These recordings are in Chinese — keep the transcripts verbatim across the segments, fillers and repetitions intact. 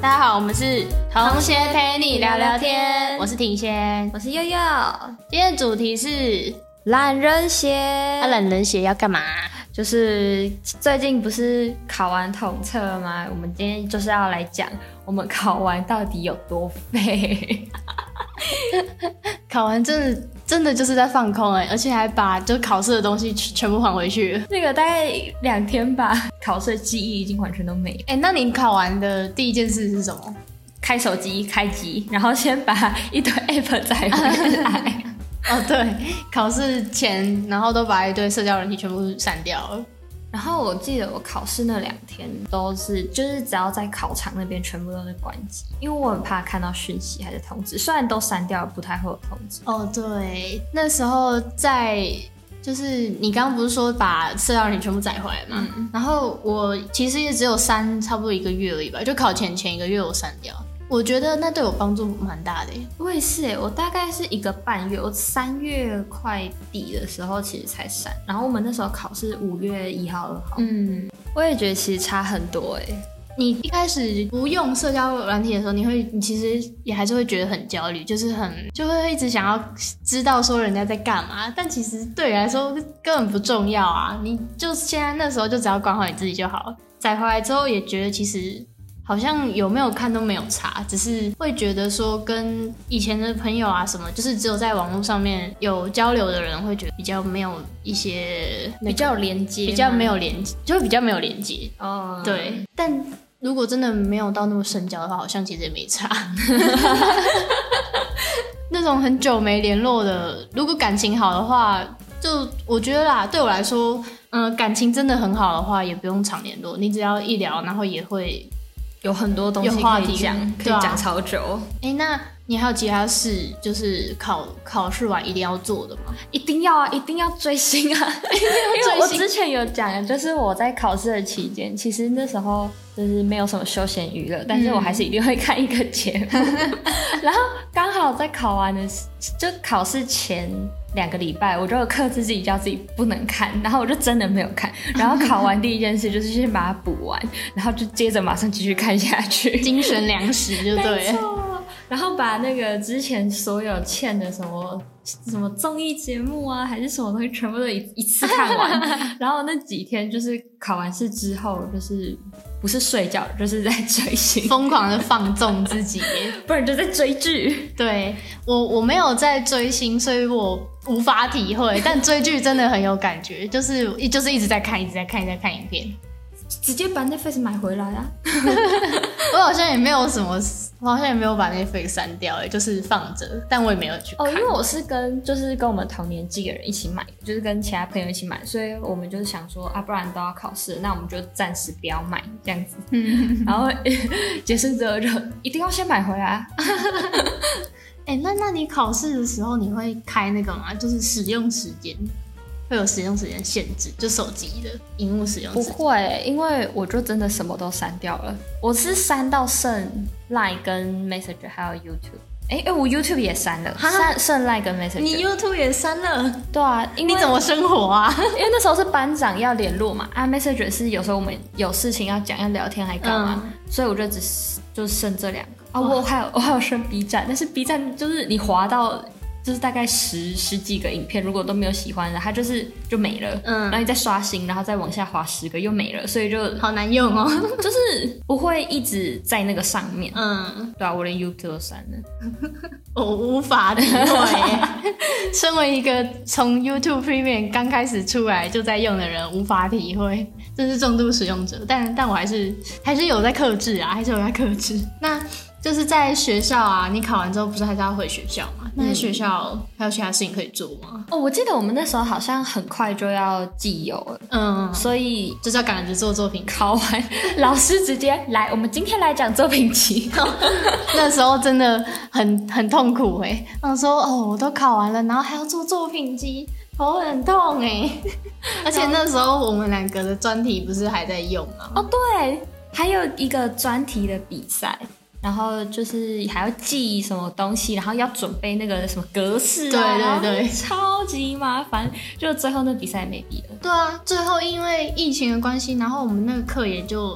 大家好，我们是同学陪你聊聊天，我是庭仙， 我是悠悠。 今天的主题是懒人鞋。 啊，懒人鞋要干嘛？ 就是最近不是考完统测了吗？我们今天就是要来讲我们考完到底有多废。 考完真的真的就是在放空哎、欸，而且还把就考试的东西全部还回去了。 那个大概两天吧，考试的记忆已经完全都没了。 哎、欸，那你考完的第一件事是什么？ 开手机开机，然后先把一堆 app 载回来。 哦，对，考试前然后都把一堆社交软体全部删掉了。 然后我记得我考试那两天都是，就是只要在考场那边全部都是关机，因为我很怕看到讯息还是通知，虽然都删掉了，不太会有通知。 哦，对，那时候在就是你刚刚不是说把社交软体全部载回来嘛、嗯？然后我其实也只有删差不多一个月而已吧，就考前前一个月我删掉。我觉得那对我帮助蛮大的耶。 我也是耶，我大概是一个半月，我三月快底的时候其实才删，然后我们那时候考试五月一号、二号。嗯，我也觉得其实差很多哎。 你一开始不用社交软体的时候，你会，你其实也还是会觉得很焦虑，就是很就会一直想要知道说人家在干嘛，但其实对你来说根本不重要啊，你就现在那时候就只要管好你自己就好。载回来之后也觉得其实好像有没有看都没有差，只是会觉得说跟以前的朋友啊什么，就是只有在网络上面有交流的人会觉得比较没有一些、那个、 比较有连接， 比较没有连接，就会比较没有连接哦。 对，但如果真的没有到那么深交的话，好像其实也没差。那种很久没联络的，如果感情好的话，就我觉得啦，对我来说，嗯、呃，感情真的很好的话，也不用常联络，你只要一聊，然后也会有很多东西可以讲，可以讲超久。 哎、欸，那你还有其他事，就是考考试完一定要做的吗？ 一定要啊，一定要追星啊！因为我之前有讲，就是我在考试的期间，其实那时候就是没有什么休闲娱乐，但是我还是一定会看一个节目。嗯、然后刚好在考完的，就考试前两个礼拜，我就克制自己叫自己不能看，然后我就真的没有看。然后考完第一件事就是先把它补完，然后就接着马上继续看下去， 精神粮食就对了。 然后把那个之前所有欠的什么什么综艺节目啊，还是什么东西，全部都 一, 一次看完。然后那几天就是考完试之后，就是不是睡觉，就是在追星， 疯狂的放纵自己， 不然就在追剧。 对，我我没有在追星，所以我无法体会。但追剧真的很有感觉，就是就是一直在看，一直在看，一直在看影片。 直接把 Netflix 买回来啊！ 我好像也没有什么，我好像也没有把 Netflix 删掉，哎，就是放着，但我也没有去看。 哦，因为我是跟就是跟我们同年纪的人一起买的，就是跟其他朋友一起买，所以我们就是想说啊，不然都要考试，那我们就暂时不要买这样子。嗯，然后结束之后就一定要先买回来啊！ 哎、欸，那那你考试的时候你会开那个吗？就是使用时间。会有使用时间限制，就手机的萤幕使用时间。 不会，因为我就真的什么都删掉了。我是删到剩 Line 跟 Messenger 还有 YouTube。哎哎，我 YouTube 也删了，删剩 Line 跟 Messenger。 你 YouTube 也删了？ 对啊，因为你怎么生活啊？ 因为那时候是班长要联络嘛，啊 Messenger 是有时候我们有事情要讲要聊天还干嘛、嗯，所以我就只就剩这两个啊。我还有我还有剩 B 站，但是 B 站就是你滑到。就是大概十十几个影片，如果都没有喜欢的，它就是就没了。嗯，然后你再刷新，然后再往下滑十个又没了，所以就好难用哦。 就是不会一直在那个上面。 嗯， 对啊，我连 YouTube 都删了， 我无法体会。身为一个从 YouTube Premium 刚开始出来就在用的人，无法体会，这是重度使用者。但但我还是还是有在克制啊，还是有在克制。那。就是在学校啊，你考完之后不是还是要回学校吗？那在学校还有其他事情可以做吗？ 哦，我记得我们那时候好像很快就要寄邮了，嗯，所以就是要赶着做作品。 考完，老师直接来，我们今天来讲作品集。 那时候真的很很痛苦哎、欸，然后说哦，我都考完了，然后还要做作品集，头很痛哎、欸。而且那时候我们两个的专题不是还在用吗？ 哦，对，还有一个专题的比赛。然后就是还要记什么东西，然后要准备那个什么格式啊， 对对对， 超级麻烦。就最后那比赛也没比了。 对啊，最后因为疫情的关系，然后我们那个课也就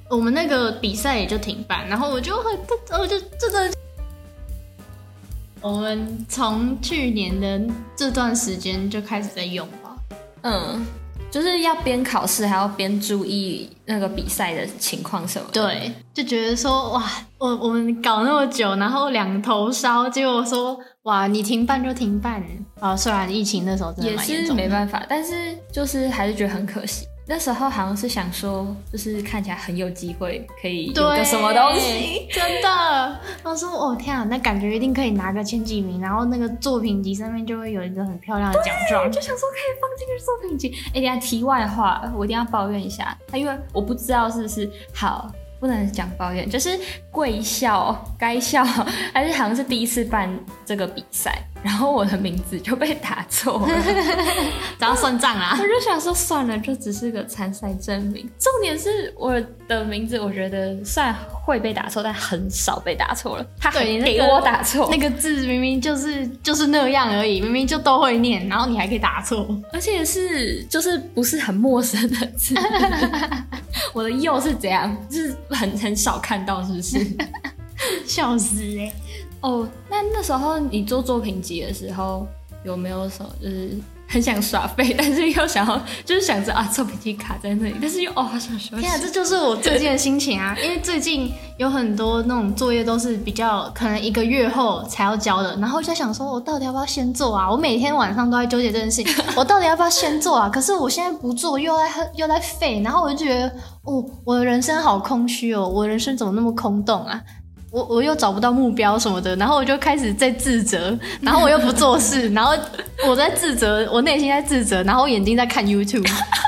我们那个比赛也就停办，然后我就很，我就真的，我们从去年的这段时间就开始在用吧。 嗯，就是要边考试还要边注意那个比赛的情况什么的。 对，就觉得说哇，我我们搞那么久，然后两头烧，结果说哇，你停办就停办啊！虽然疫情那时候真的蛮严重的， 也是没办法，但是就是还是觉得很可惜。那时候好像是想说，就是看起来很有机会可以有个什么东西， 真的。我说哦天啊，那感觉一定可以拿个前几名，然后那个作品集上面就会有一个很漂亮的奖状， 就想说可以放进去作品集。哎、欸，等一下题外话，我一定要抱怨一下，因为我不知道是不是好。不能讲抱怨，就是贵校、该校还是好像是第一次办这个比赛，然后我的名字就被打错了， 只要算账啦。 我就想说算了，就只是个参赛证明。重点是我的名字，我觉得虽然会被打错，但很少被打错了。他还给我打错， 那个字明明就是就是那样而已，明明就都会念，然后你还可以打错， 而且是就是不是很陌生的字。我的右是怎样？就是很很少看到，是不是？ 笑死哎、欸！ 哦，那那时候你做作品集的时候，有没有什么就是很想耍废，但是又想要就是想着啊，作品集卡在那里，但是又哦好想休息。 天啊，这就是我最近的心情啊！因为最近有很多那种作业都是比较可能一个月后才要交的，然后就想说，我到底要不要先做啊？我每天晚上都在纠结这件事情，我到底要不要先做啊？可是我现在不做，又在又在废，然后我就觉得，哦，我的人生好空虚哦，我的人生怎么那么空洞啊？我我又找不到目标什么的，然后我就开始在自责，然后我又不做事，然后我在自责，我内心在自责，然后眼睛在看 YouTube，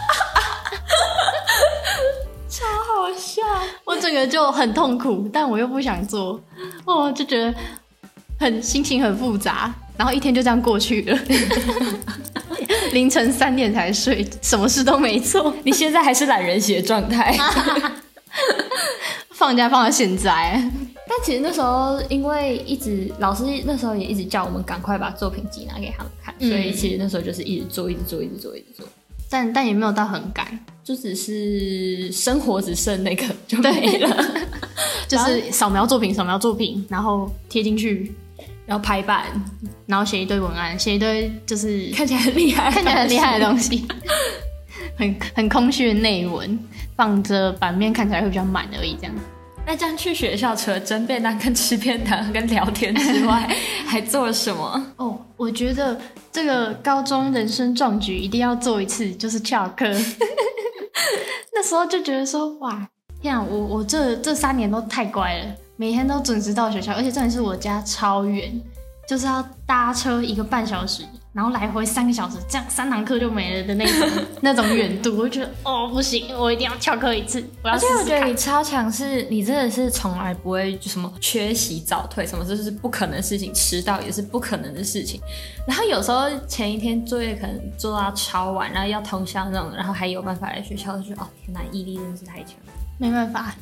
超好笑， 我整个就很痛苦，但我又不想做，哦，就觉得很心情很复杂，然后一天就这样过去了，凌晨三点才睡，什么事都没做。 你现在还是懒人鞋状态。 放假放到现在， 但其实那时候因为一直老师那时候也一直叫我们赶快把作品集拿给他们看，嗯、所以其实那时候就是一直做一直做一直做一直做， 但但也没有到很赶， 就只是生活只剩那个就没了， 就是扫描作品扫描作品，然后贴进去， 然后排版， 然后写一堆文案，写一堆就是看起来很厉害看起来很厉害的东西。很很空虚的内文，放着版面看起来会比较满而已，这样。 那这样去学校除了蒸便当、跟吃便当、跟聊天之外，还做了什么？ 哦，我觉得这个高中人生壮举一定要做一次，就是翘课。那时候就觉得说，哇，天啊，我我这这三年都太乖了，每天都准时到学校，而且重点是我家超远，就是要搭车一个半小时。然后来回三个小时，这样三堂课就没了的那种那种远度，我就觉得哦不行，我一定要翘课一次，我要试试看。 而且我觉得你超强，是你真的是从来不会就什么缺席早退什么，这是不可能的事情，迟到也是不可能的事情。然后有时候前一天作业可能做到超晚，然后要通宵那种，然后还有办法来学校，就觉得哦天哪，毅力真的是太强了。 没办法，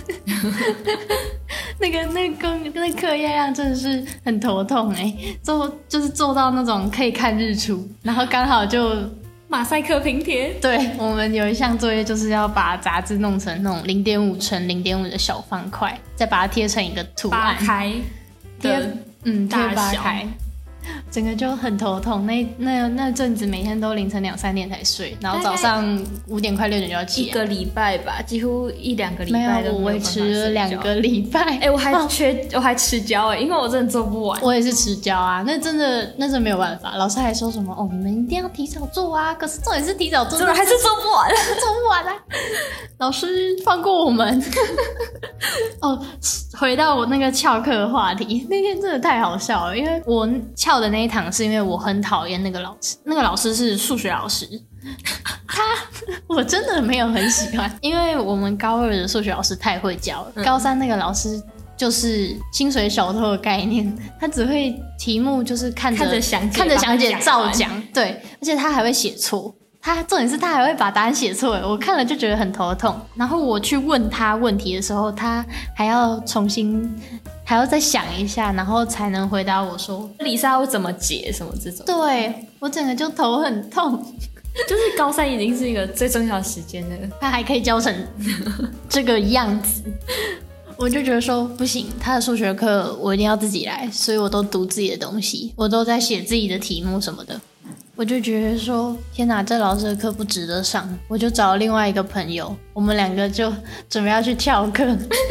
那个那个那课业量真的是很头痛哎、欸，做就是做到那种可以看日出，然后刚好就马赛克拼贴。 对，我们有一项作业就是要把杂志弄成那种零点五乘零点五的小方块，再把它贴成一个图案， 八开贴嗯贴八开。整个就很头痛，那那那阵子每天都凌晨两三点才睡，然后早上五点快六点就要起来。 一个礼拜吧，几乎一两个礼拜都没有，我维持了两个礼拜。 哎、欸，我还缺，哦、我还迟交哎、欸，因为我真的做不完。 我也是迟交啊，那真的那真的没有办法。老师还说什么哦，你们一定要提早做啊，可是重点是提早做， 真的还是做不完， 做不完啊。老师放过我们。哦，回到我那个翘课的话题，那天真的太好笑了，因为我翘的那一堂是因为我很讨厌那个老师，那个老师是数学老师，他我真的没有很喜欢，因为我们高二的数学老师太会教了，嗯、高三那个老师就是薪水小偷的概念，他只会题目就是看着看着详解看着详解照讲，对，而且他还会写错。他重点是他还会把答案写错，我看了就觉得很头痛。然后我去问他问题的时候，他还要重新还要再想一下，然后才能回答我说李莎会怎么解什么这种。 对，我整个就头很痛。 就是高三已经是一个最重要的时间了， 他还可以教成这个样子。我就觉得说不行，他的数学课我一定要自己来，所以我都读自己的东西，我都在写自己的题目什么的。我就觉得说天哪，这老师的课不值得上，我就找另外一个朋友，我们两个就准备要去翘课。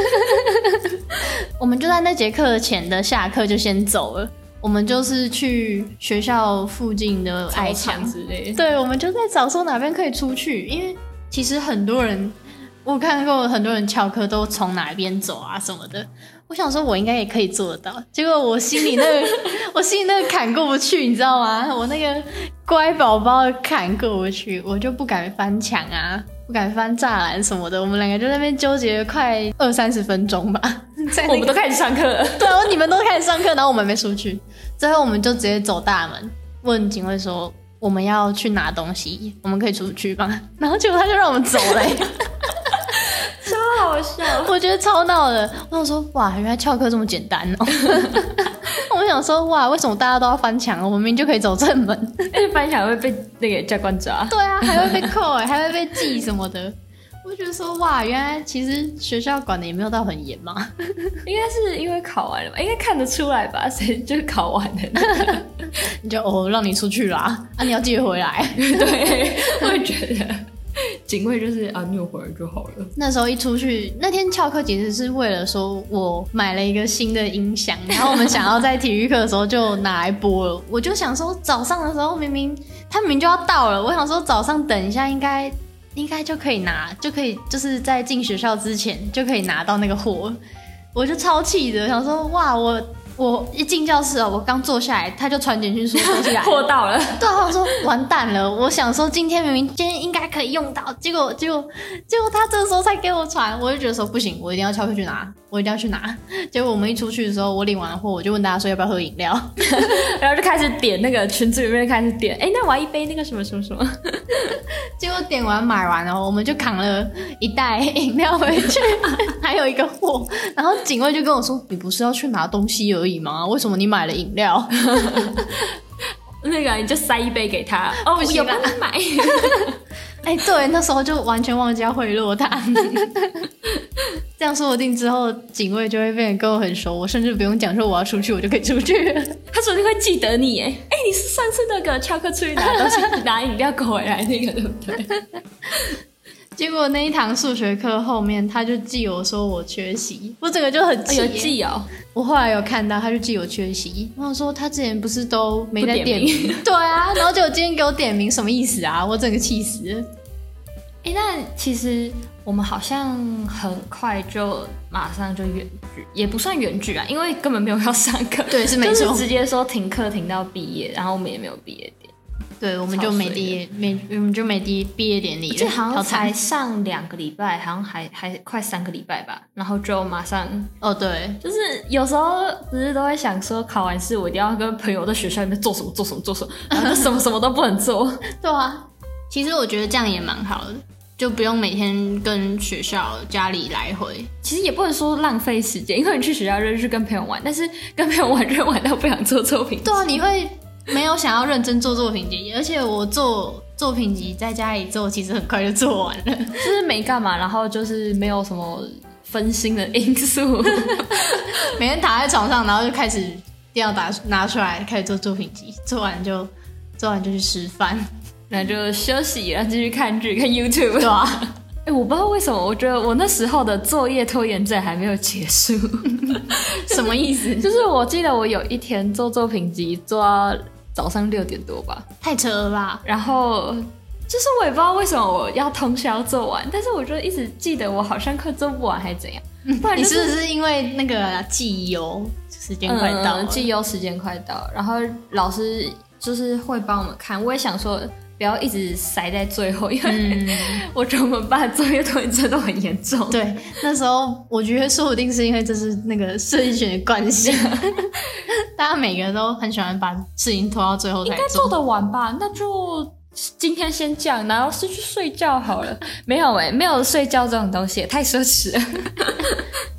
我们就在那节课前的下课就先走了，我们就是去学校附近的爱场之类的。 对，我们就在找说哪边可以出去，因为其实很多人，我看过很多人翘课都从哪边走啊什么的。我想说我应该也可以做得到，结果我心里那个我心里那个坎过不去，你知道吗？我那个乖宝宝的坎过不去，我就不敢翻墙啊，不敢翻栅栏什么的。我们两个就在那边纠结了快二三十分钟吧。在那個、 我们都开始上课了。 对啊，你们都开始上课，然后我们没出去。最后我们就直接走大门，问警卫说我们要去拿东西，我们可以出去吗？然后结果他就让我们走了、欸。 超好笑， 我觉得超闹的。我想说，哇，原来翘课这么简单哦！我想说，哇，为什么大家都要翻墙？我们明明就可以走正门， 而且翻墙会被那个教官抓。 对啊，还会被扣哎，还会被记什么的。我觉得说，哇，原来其实学校管的也没有到很严嘛。 应该是因为考完了吧？应该看得出来吧？谁就是考完了、那個， 你就哦，让你出去啦，啊，你要记得回来。 对，我也觉得。警卫就是啊，你有回来就好了。 那时候一出去，那天翘课其实是为了说我买了一个新的音响，然后我们想要在体育课的时候就拿来播了。我就想说早上的时候明明他明明就要到了，我想说早上等一下应该应该就可以拿，就可以就是在进学校之前就可以拿到那个货。我就超气的，想说哇我。我一进教室哦，我刚坐下来，他就传简讯说东西来了， 货到了。 对啊，我说完蛋了。我想说今天明明今天应该可以用到，结果结果结果他这个时候才给我传，我就觉得说不行，我一定要翘课去拿，我一定要去拿。结果我们一出去的时候，我领完货，我就问大家说要不要喝饮料， 然后就开始点那个群组里面开始点，哎，那我要一杯那个什么什么什么。 结果点完买完了，我们就扛了一袋饮料回去，还有一个货。然后警卫就跟我说：“你不是要去拿东西而已吗？为什么你买了饮料？” 那个你就塞一杯给他，哦，我有帮你买。 哎、欸，对，那时候就完全忘记要贿赂他。这样说不定之后警卫就会变得跟我很熟，我甚至不用讲说我要出去，我就可以出去了。 他说不定会记得你哎，哎，你是上次那个翘课出去拿东西拿饮料给我回来那个，对不对？ 结果那一堂数学课后面，他就记我说我缺席，我整个就很气、欸。 有记哦，我后来有看到，他就记我缺席。我想說他之前不是都没在點名？對啊，然後結果今天給我點名，什麼意思啊？我整個氣死了。 哎、欸，那其實我們好像很快就馬上就遠距，也不算遠距啊，因為根本沒有要上課。 對，是沒錯， 就是直接說停課停到畢業，然後我們也沒有畢業典。 對，我們就沒畢業，沒我們就沒畢畢業典禮了。 這好像才上兩個禮拜，好像還還快三個禮拜吧，然後就馬上哦，對， 就是有時候不是都會想說，考完試我一定要跟朋友在學校裡面做什麼做什麼做什麼，然後就什麼什麼都不能做。 對啊，其實我覺得這樣也蠻好的，就不用每天跟學校家裡來回。 其實也不能說浪費時間，因為你去學校就是去跟朋友玩，但是跟朋友玩就玩到不想做作品。 對啊，你會沒有想要認真做作品集，而且我做作品集在家裡做，其實很快就做完了， 就是沒幹嘛，然後就是沒有什麼分心的因素， 每天躺在床上，然後就開始電腦打拿出來開始做作品集，做完就做完就去吃飯， 然後就休息，然後繼續看劇看 YouTube。 對啊， 哎、欸，我不知道為什麼，我覺得我那時候的作業拖延症還沒有結束。 什麼意思？ 就是我記得我有一天做作品集做到早上六點多吧， 太扯了吧。 然後就是我也不知道為什麼我要通宵做完，但是我就一直記得我好像快做不完還是怎樣。不然、就是、 你是不是因為那個記優時間快到了？ 嗯，記優時間快到了，然後老師就是會幫我們看，我也想說不要一直塞在最後，因為、嗯、我覺得我們班作業拖延症都很嚴重。 對，那時候我覺得說不定是因為這是那個設計群的關係。大家每個人都很喜歡把事情拖到最後才做， 應該做得完吧？那就今天先這樣，然後是去睡覺好了。沒有誒、欸，沒有睡覺這種東西也太奢侈了。 哎、欸，這樣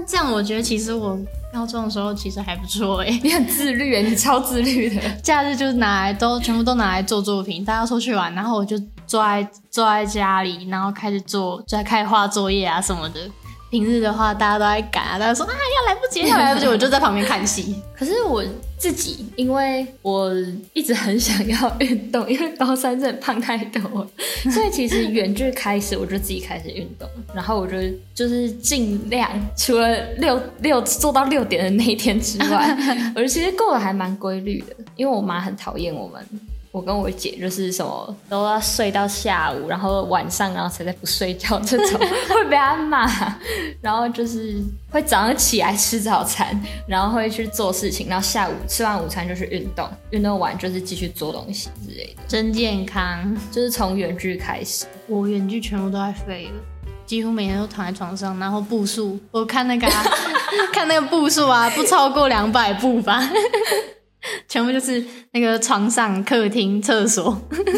这样我觉得其实我高中的时候其实还不错哎、欸， 你很自律哎、欸，你超自律的。 假日就是拿来都全部都拿来做作品，大家出去玩，然后我就坐在坐在家里，然后开始做，就开始画作业啊什么的。平日的话，大家都在赶啊，大家说啊要来不及，要来不及，我就在旁边看戏。 可是我自己，因为我一直很想要运动，因为高三真的胖太多了，所以其实远距开始我就自己开始运动，然后我就就是尽量除了六六做到六点的那一天之外，我就其实过得还蛮规律的，因为我妈很讨厌我们。我跟我姐就是什么都要睡到下午，然后晚上然后才在不睡觉，这种会被她骂。然后就是会早上起来吃早餐，然后会去做事情，然后下午吃完午餐就去运动，运动完就是继续做东西之类的， 真健康。 就是从远距开始， 我远距全部都在废了，几乎每天都躺在床上，然后步数，我看那个、啊、看那个步数啊，不超过两百步吧。全部就是那个床上、客厅、厕所，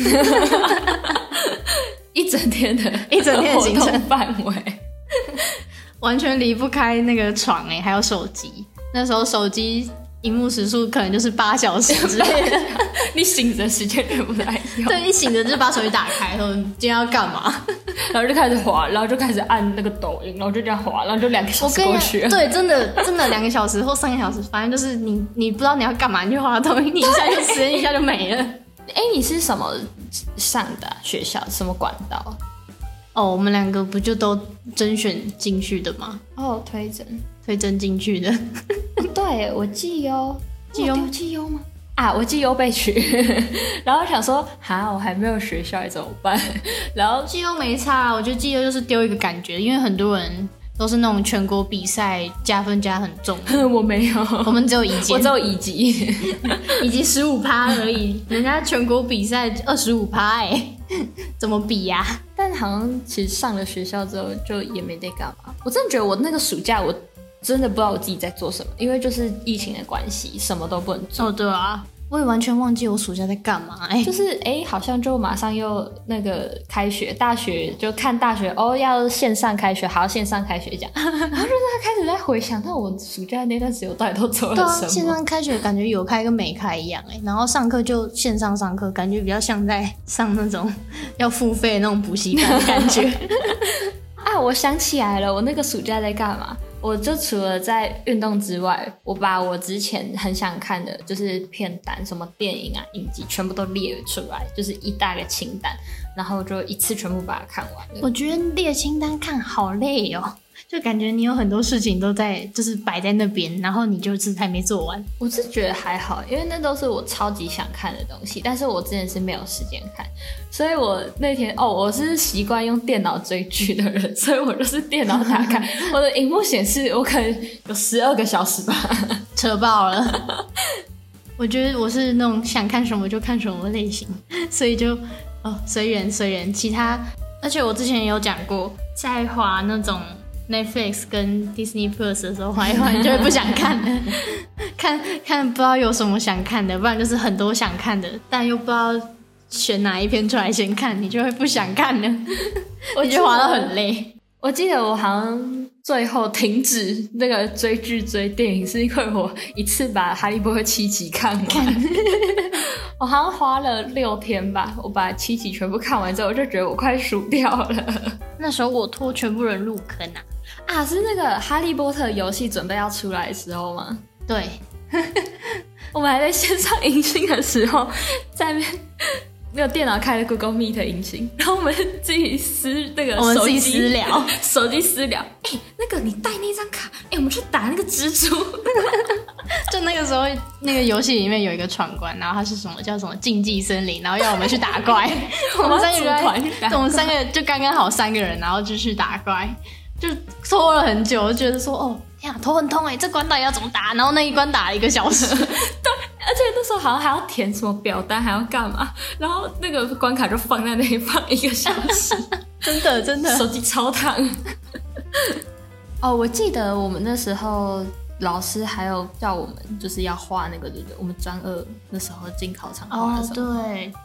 一整天的一整天的行程范围， 完全离不开那个床哎、欸，还有手机。那时候手机萤幕时数可能就是八小时之类的， 你醒着时间全部在用。 对，一醒着就把手机打开，说你今天要干嘛？ 然后就开始滑，然后就开始按那个抖音，然后就这样滑，然后就两个小时过去了。 对，真的真的两个小时或三个小时，反正就是你你不知道你要干嘛，你就滑抖音，你一下就时间一下就没了。 哎，你是什么上的、啊、学校？什么管道？ 哦，我们两个不就都甄选进去的吗？ 哦，推甄推甄进去的。 哦、对，我绩优， 绩优绩优吗？啊，我绩优被取，然后想说，哈，我还没有学校，怎么办？然后绩优没差，我觉得绩优就是丢一个感觉，因为很多人都是那种全国比赛加分加很重。 我没有， 我们只有乙级， 我只有乙级， 乙级十五趴而已，人家全国比赛二十五趴，哎，怎么比呀、啊？ 但好像其实上了学校之后就也没得干嘛。我真的觉得我那个暑假我。真的不知道我自己在做什么，因为就是疫情的关系，什么都不能做。 哦，对啊，我也完全忘记我暑假在干嘛。哎、欸， 就是哎、欸，好像就马上又那个开学，大学就看大学哦，要线上开学，好线上开学这样。然后就是开始在回想，那我暑假那段时间我到底都做了什么？ 对啊，线上开学感觉有开跟没开一样哎、欸，然后上课就线上上课，感觉比较像在上那种要付费那种补习班的感觉。 啊，我想起来了，我那个暑假在干嘛？我就除了在运动之外，我把我之前很想看的，就是片单，什么电影啊、影集，全部都列出来，就是一大个清单，然后就一次全部把它看完了。 我觉得列清单看好累哦，就感觉你有很多事情都在，就是摆在那边，然后你就是还没做完。 我是觉得还好，因为那都是我超级想看的东西，但是我之前是没有时间看，所以我那天哦，我是习惯用电脑追剧的人，所以我就是电脑打开，我的萤幕显示我可能有十二个小时吧， 扯爆了。我觉得我是那种想看什么就看什么的类型，所以就哦随缘随缘。其他，而且我之前也有讲过，在滑那种 Netflix 跟 Disney Plus 的时候滑一滑，你就会不想看了。看看不知道有什么想看的，不然就是很多想看的，但又不知道选哪一篇出来先看，你就会不想看了。我就滑到很累。 我记得我好像最后停止那个追剧追电影，是因为我一次把《哈利波特》七集看完。我好像花了六天吧，我把七集全部看完之后，我就觉得我快输掉了。 那时候我拖全部人入坑啊！ 啊，是那个《哈利波特》游戏准备要出来的时候吗？ 对， 我们还在线上迎新的时候，在那边没有电脑开了 Google Meet 迎新，然后我们自己私那个手机， 我们自己私聊， 手机私聊。哎、欸，那个你带那张卡，哎、欸，我们去打那个蜘蛛。 就那个时候，那个游戏里面有一个闯关，然后它是什么叫什么竞技森林，然后要我们去打怪。我们三个人，我们三个就刚刚好三个人，然后就去打怪，就拖了很久，就觉得说哦。天啊，头很痛哎！这关到底要怎么打？然后那一关打了一个小时，对， 而且那时候好像还要填什么表单，还要干嘛？然后那个关卡就放在那里放一个小时， 真的真的， 手机超烫。哦，我记得我们那时候老师还有叫我们就是要画那个，对不对？我们专二那时候进考场画的时候， 哦，对，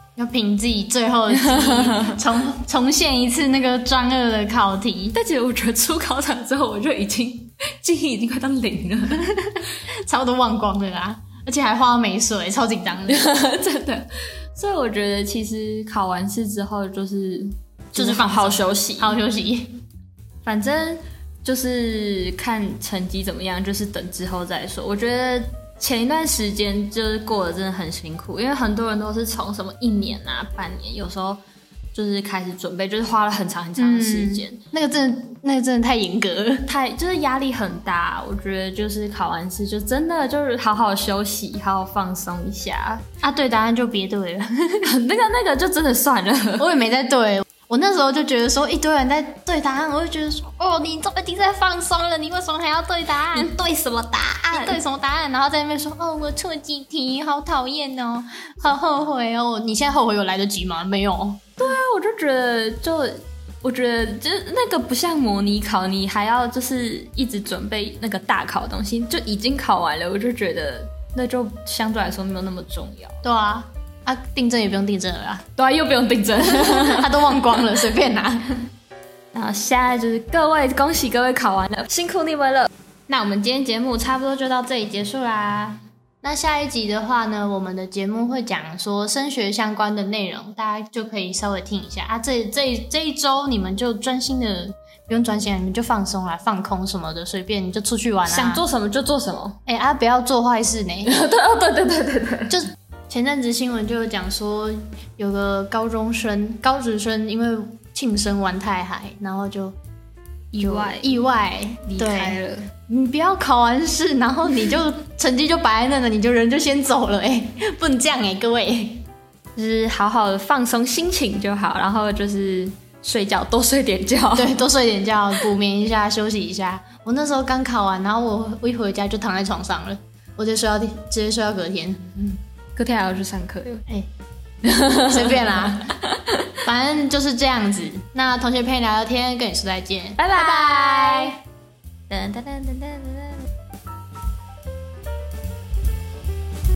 要凭自己最后的记忆重重现一次那个专二的考题。 但其实我觉得出考场之后，我就已经记忆已经快到零了， 差不多忘光了啦，而且还花没水，超紧张的， 真的。所以我觉得其实考完试之后就是就是好好休息， 好好休息， 反正就是看成绩怎么样，就是等之后再说。我觉得前一段时间就是过得真的很辛苦，因为很多人都是从什么一年啊、半年，有时候就是开始准备，就是花了很长很长的时间、嗯。 那个真的，那个真的太严格了， 太就是压力很大。我觉得就是考完试就真的就是好好休息，好好放松一下啊。对答案就别对了， 那个那个就真的算了。 我也没在对。我那时候就觉得说一堆人在对答案，我就觉得说哦，你都已经在放松了，你为什么还要对答案？ 你对什么答案？ 你对什么答案？然后在那边说哦，我错几题，好讨厌哦，好后悔哦。你现在后悔有来得及吗？没有。 对啊，我就觉得就我觉得就是那个不像模拟考，你还要就是一直准备那个大考的东西，就已经考完了，我就觉得那就相对来说没有那么重要。 对啊。啊，订正也不用订正了啦， 对啊，又不用订正， 他都忘光了，随便拿。 然后现在就是各位，恭喜各位考完了，辛苦你们了。那我们今天节目差不多就到这里结束啦。 那下一集的话呢，我们的节目会讲说升学相关的内容，大家就可以稍微听一下啊。这这这一周你们就专心的，不用专心啊，你们就放松啦，放空什么的，随便你就出去玩啊， 想做什么就做什么。 哎、欸、啊，不要做坏事呢。 对哦，对对对对对， 就。前阵子新闻就有讲说，有个高中生、高职生因为庆生玩太嗨，然后就意外意外离开了。 你不要考完试，然后你就成绩就摆在那了，你就人就先走了，哎，不能这样哎，各位， 就是好好的放松心情就好，然后就是睡觉，多睡点觉， 对，多睡点觉，补眠一下，休息一下。我那时候刚考完，然后我我一回家就躺在床上了，我就睡到直接睡到隔天，嗯。 隔天还要去上课哟， 哎、欸，随便啦，反正就是这样子。那同学陪你聊聊天，跟你说再见， 拜拜。 拜拜。